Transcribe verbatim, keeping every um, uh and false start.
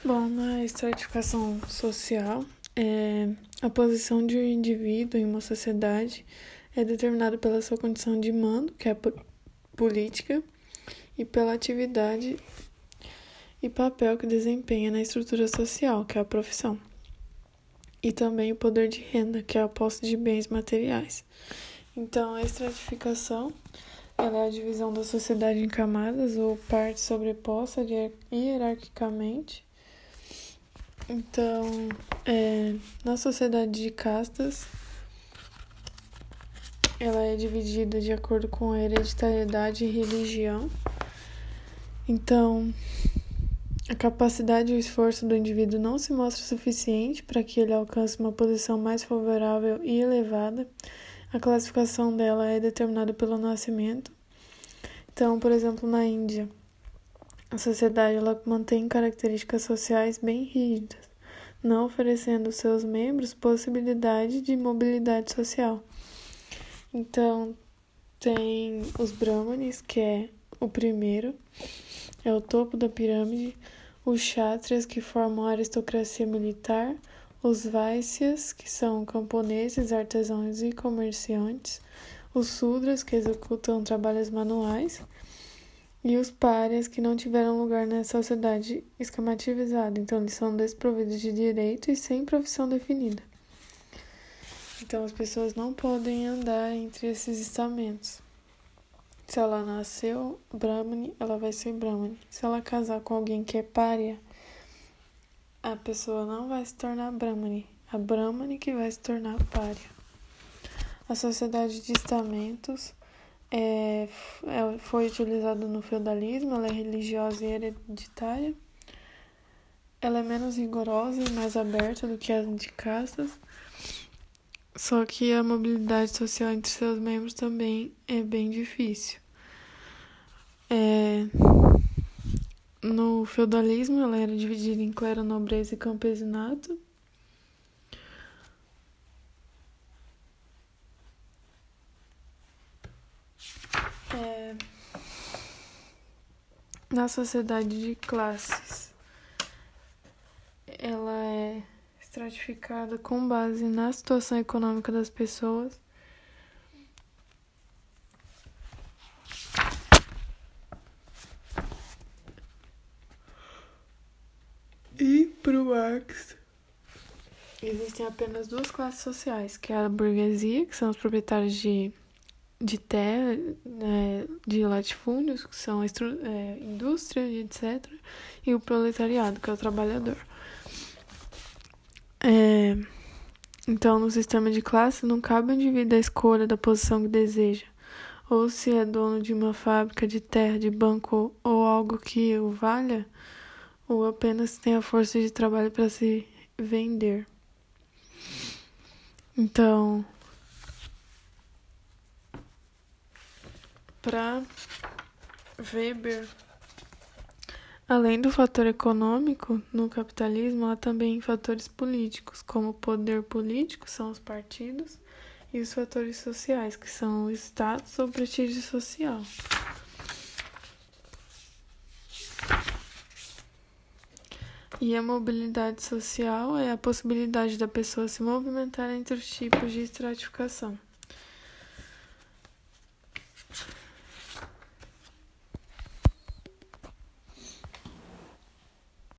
Bom, na estratificação social, é, a posição de um indivíduo em uma sociedade é determinada pela sua condição de mando, que é a po- política, e pela atividade e papel que desempenha na estrutura social, que é a profissão, e também o poder de renda, que é a posse de bens materiais. Então, a estratificação ela é a divisão da sociedade em camadas ou partes sobrepostas hierarquicamente. Então, é, na sociedade de castas, ela é dividida de acordo com a hereditariedade e religião. Então, a capacidade e o esforço do indivíduo não se mostra suficiente para que ele alcance uma posição mais favorável e elevada. A classificação dela é determinada pelo nascimento. Então, por exemplo, na Índia, a sociedade ela mantém características sociais bem rígidas, não oferecendo aos seus membros possibilidade de mobilidade social. Então, tem os brahmanes, que é o primeiro, é o topo da pirâmide, os kshatriyas, que formam a aristocracia militar, os vaisyas, que são camponeses, artesãos e comerciantes, os sudras, que executam trabalhos manuais, e os párias, que não tiveram lugar na sociedade esquematizada. Então, eles são desprovidos de direito e sem profissão definida. Então, as pessoas não podem andar entre esses estamentos. Se ela nasceu brahmane, ela vai ser brahmane. Se ela casar com alguém que é pária, a pessoa não vai se tornar brahmane. A brahmane que vai se tornar pária. A sociedade de estamentos é, foi utilizada no feudalismo, ela é religiosa e hereditária. Ela é menos rigorosa e mais aberta do que a de castas. Só que a mobilidade social entre seus membros também é bem difícil. É... No feudalismo, ela era dividida em clero, nobreza e campesinato. É... Na sociedade de classes, ela é estratificada com base na situação econômica das pessoas. E para o Marx, existem apenas duas classes sociais, que é a burguesia, que são os proprietários de, de terra, né, de latifúndios, que são a estru- é, indústria, etcétera, e o proletariado, que é o trabalhador. É, então, no sistema de classe, não cabe ao indivíduo a escolha da posição que deseja, ou se é dono de uma fábrica de terra, de banco ou algo que o valha, ou apenas tem a força de trabalho para se vender. Então, para Weber, além do fator econômico, no capitalismo há também fatores políticos, como o poder político, são os partidos, e os fatores sociais, que são o status ou prestígio social. E a mobilidade social é a possibilidade da pessoa se movimentar entre os tipos de estratificação.